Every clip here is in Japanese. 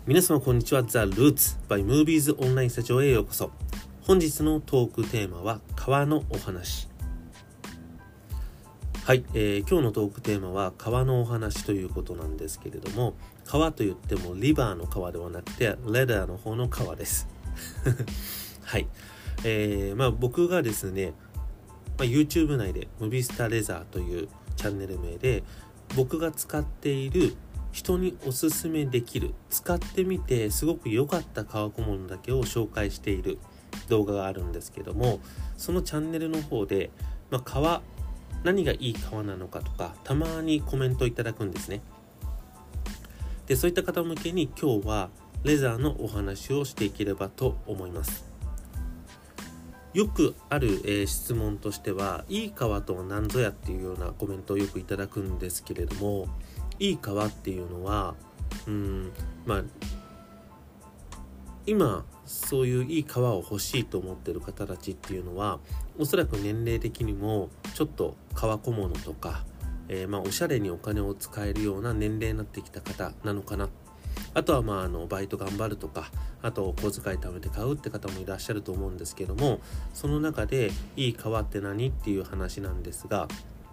皆様こんにちは。ザ・ルーツ by Movies オンラインスタジオへようこそ。本日のトークテーマは川のお話。はい、今日のトークテーマは川のお話ということなんですけれども、川といってもリバーの川ではなくてレダーの方の川ですはい、僕がですね、YouTube 内でムビスタレザーというチャンネル名で僕が使っている人におすすめできる、使ってみてすごく良かった革小物だけを紹介している動画があるんですけども、そのチャンネルの方で、革、何がいい革なのかとかたまにコメントいただくんですね。で、そういった方向けに今日はレザーのお話をしていければと思います。よくある、質問としては、いい革とは何ぞやっていうようなコメントをよくいただくんですけれども、いい革っていうのは今そういういい革を欲しいと思っている方たちっていうのは、おそらく年齢的にもちょっと革小物とか、おしゃれにお金を使えるような年齢になってきた方なのかな。あとはバイト頑張るとか、あと小遣い貯めて買うって方もいらっしゃると思うんですけども、その中でいい革って何っていう話なんですが、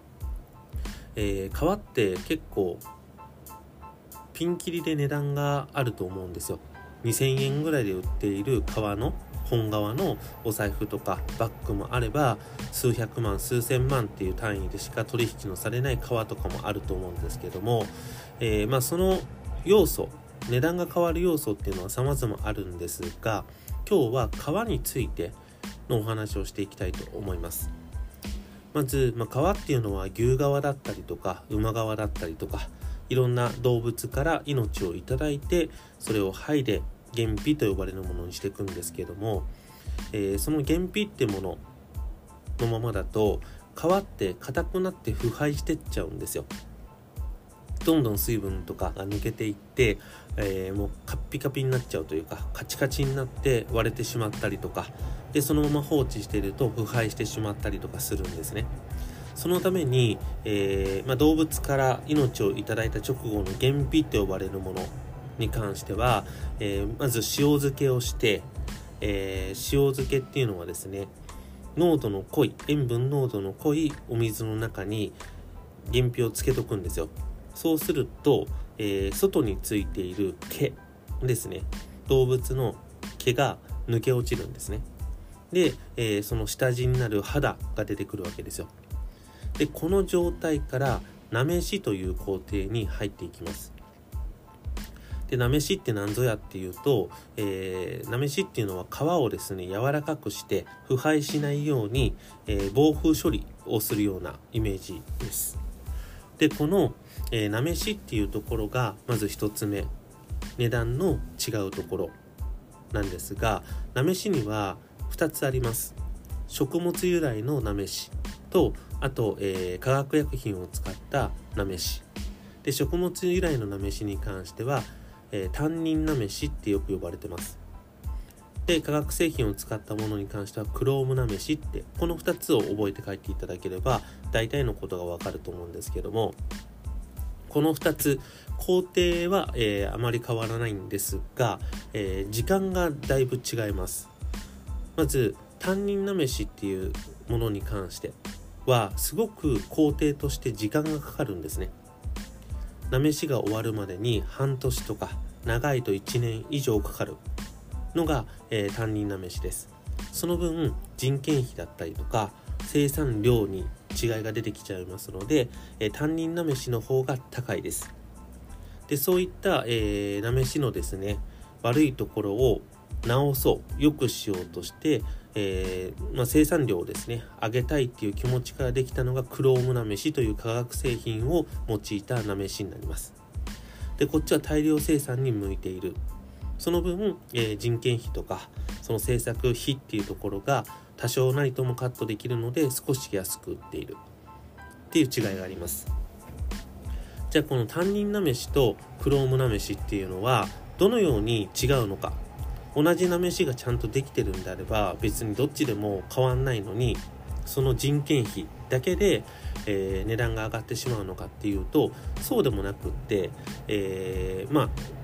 革って結構ピンキリで値段があると思うんですよ。2000円ぐらいで売っている革の本革のお財布とかバッグもあれば、数百万数千万っていう単位でしか取引のされない革とかもあると思うんですけども、その要素、値段が変わる要素っていうのは様々あるんですが、今日は革についてのお話をしていきたいと思います。まず、革っていうのは牛革だったりとか馬革だったりとか、いろんな動物から命をいただいて、それを剥いで原皮と呼ばれるものにしていくんですけども、その原皮ってもののままだと革って硬くなって腐敗してっちゃうんですよ。どんどん水分とかが抜けていって、もうカッピカピになっちゃうというか、カチカチになって割れてしまったりとかで、そのまま放置していると腐敗してしまったりとかするんですね。そのために、動物から命をいただいた直後の原皮と呼ばれるものに関しては、まず塩漬けをして、塩漬けっていうのはですね、塩分濃度の濃いお水の中に原皮をつけとくんですよ。そうすると、外についている毛ですね、動物の毛が抜け落ちるんですね。で、その下地になる肌が出てくるわけですよ。で、この状態からなめしという工程に入っていきます。で、なめしって何ぞやっていうと、なめしっていうのは皮をですね柔らかくして腐敗しないように、防風処理をするようなイメージです。で、この、なめしっていうところがまず一つ目、値段の違うところなんですが、なめしには2つあります。食物由来のなめしと、あと、化学薬品を使ったなめしで、食物由来のなめしに関しては、タンニンなめしってよく呼ばれてます。で、化学製品を使ったものに関してはクロームなめしって、この2つを覚えて帰っていただければ大体のことがわかると思うんですけども、この2つ工程は、あまり変わらないんですが、時間がだいぶ違います。まずタンニンなめしっていうものに関してはすごく工程として時間がかかるんですね。なめしが終わるまでに半年とか長いと1年以上かかるのが、タンニンなめしです。その分人件費だったりとか生産量に違いが出てきちゃいますので、タンニンなめしの方が高いです。で、そういった、なめしのですね悪いところを直そう、良くしようとして、生産量をですね上げたいっていう気持ちからできたのがクロームなめしという化学製品を用いたなめしになります。で、こっちは大量生産に向いている。その分、人件費とかその制作費っていうところが多少なりともカットできるので少し安く売っているっていう違いがあります。じゃあ、このタンニンなめしとクロームなめしっていうのはどのように違うのか。同じなめしがちゃんとできてるんであれば別にどっちでも変わんないのに、その人件費だけで、値段が上がってしまうのかっていうと、そうでもなくって、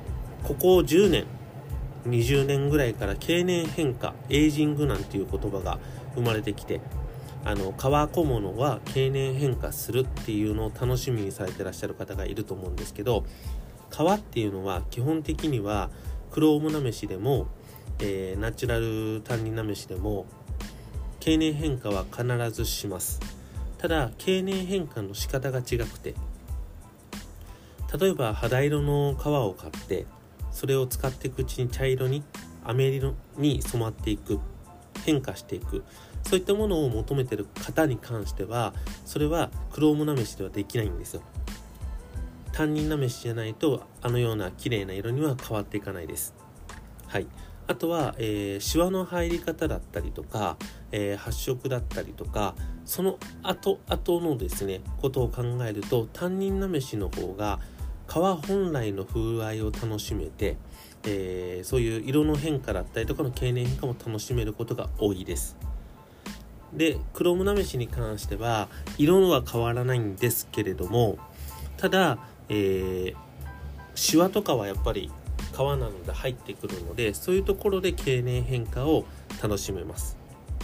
ここ10年20年ぐらいから経年変化、エイジングなんていう言葉が生まれてきて、革小物は経年変化するっていうのを楽しみにされてらっしゃる方がいると思うんですけど、革っていうのは基本的にはクロームなめしでも、ナチュラルタンニンなめしでも経年変化は必ずします。ただ経年変化の仕方が違くて、例えば肌色の革を買ってそれを使っていくうちに茶色に飴色に染まっていく、変化していく、そういったものを求めている方に関してはそれはクロームなめしではできないんですよ。タンニンなめしじゃないとあのような綺麗な色には変わっていかないです。はい。あとは、シワの入り方だったりとか、発色だったりとか、その後のですねことを考えると、タンニンなめしの方が革本来の風合いを楽しめて、そういう色の変化だったりとかの経年変化も楽しめることが多いです。でクロームなめしに関しては色は変わらないんですけれども、ただ、シワとかはやっぱり革なので入ってくるので、そういうところで経年変化を楽しめます。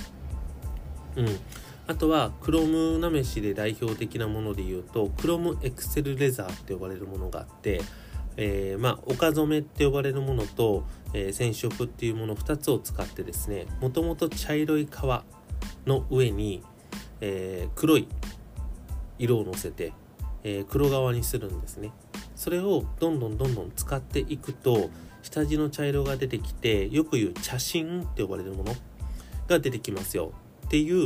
あとはクロームなめしで代表的なものでいうと、クロームエクセルレザーって呼ばれるものがあって、岡染めって呼ばれるものと、染色っていうもの2つを使ってですね、もともと茶色い革の上に、黒い色をのせて、黒革にするんですね。それをどんどん使っていくと下地の茶色が出てきて、よく言う茶芯って呼ばれるものが出てきますよっていう、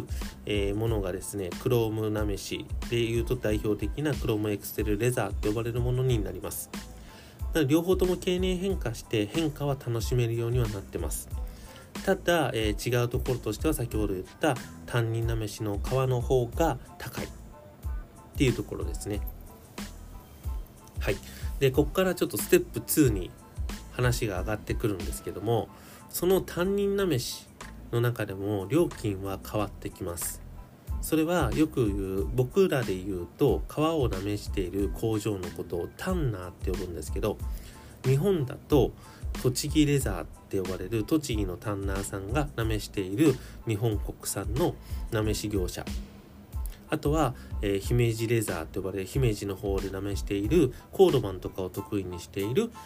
ものがですね、クロームなめしでいうと代表的なクロームエクセルレザーって呼ばれるものになります。だから両方とも経年変化して変化は楽しめるようにはなってます。ただ、違うところとしては先ほど言ったタンニンなめしの皮の方が高いっていうところですね。はい。でここからちょっとステップ2に話が上がってくるんですけども、そのタンニンなめしの中でも料金は変わってきます。それはよく言う、僕らで言うと皮をなめしている工場のことをタンナーって呼ぶんですけど、日本だと栃木レザーって呼ばれる栃木のタンナーさんがなめしている日本国産のなめし業者、あとは、姫路レザーと呼ばれる姫路の方でなめしているコードバンとかを得意にしている、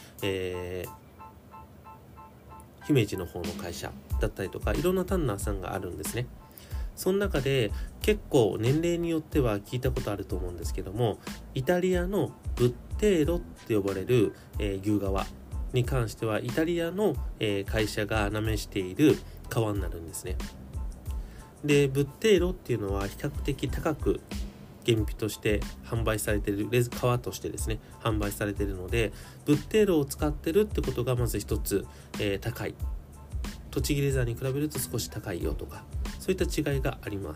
姫路の方の会社だったりとか、いろんなタンナーさんがあるんですね。その中で結構年齢によっては聞いたことあると思うんですけども、イタリアのブッテーロって呼ばれる、牛革に関してはイタリアの、会社がなめしている革になるんですね。でブッテーロっていうのは比較的高く原費として販売されている革としてですね販売されているので、ブッテーロを使ってるってことがまず一つ、高い、栃木レザーに比べると少し高いよとか、そういった違いがあります。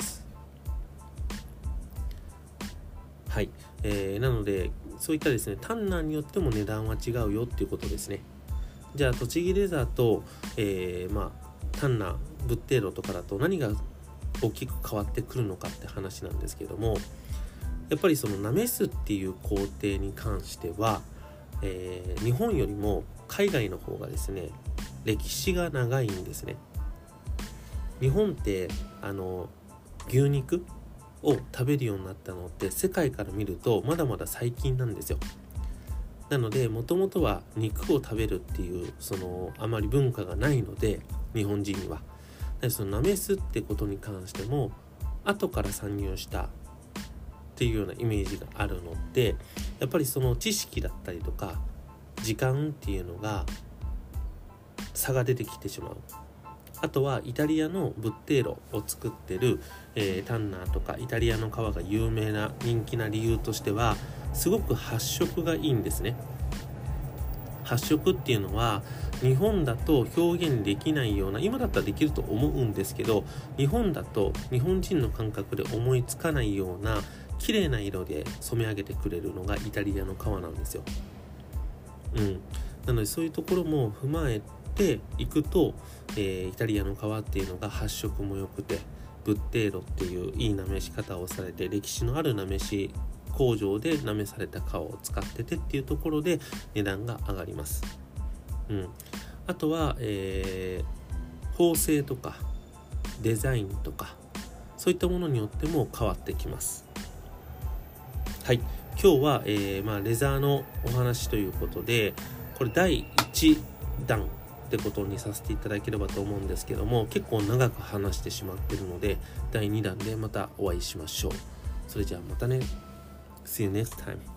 はい、なのでそういったですねタンナーによっても値段は違うよっていうことですね。じゃあ栃木レザーと、タンナーブッテーロとかだと何が大きく変わってくるのかって話なんですけども、やっぱりそのなめすっていう工程に関しては、日本よりも海外の方がですね歴史が長いんですね。日本って牛肉を食べるようになったのって世界から見るとまだまだ最近なんですよ。なのでもともとは肉を食べるっていうあまり文化がないので、日本人にはそのなめすってことに関しても後から参入したっていうようなイメージがあるので、やっぱりその知識だったりとか時間っていうのが差が出てきてしまう。あとはイタリアのブッテーロを作ってる、タンナーとかイタリアの革が有名な人気な理由としては、すごく発色がいいんですね。発色っていうのは日本だと表現できないような、今だったらできると思うんですけど、日本だと日本人の感覚で思いつかないような綺麗な色で染め上げてくれるのがイタリアの革なんですよ。なのでそういうところも踏まえていくと、イタリアの革っていうのが発色も良くて、ブッテーロっていういいなめし方をされて、歴史のあるなめし工場でなめされた革を使っててっていうところで値段が上がります。 あとは、縫製とかデザインとかそういったものによっても変わってきます。はい、今日は、レザーのお話ということで、これ第1弾ってことにさせていただければと思うんですけども、結構長く話してしまっているので、第2弾でまたお会いしましょう。それじゃあまたね。See you next time.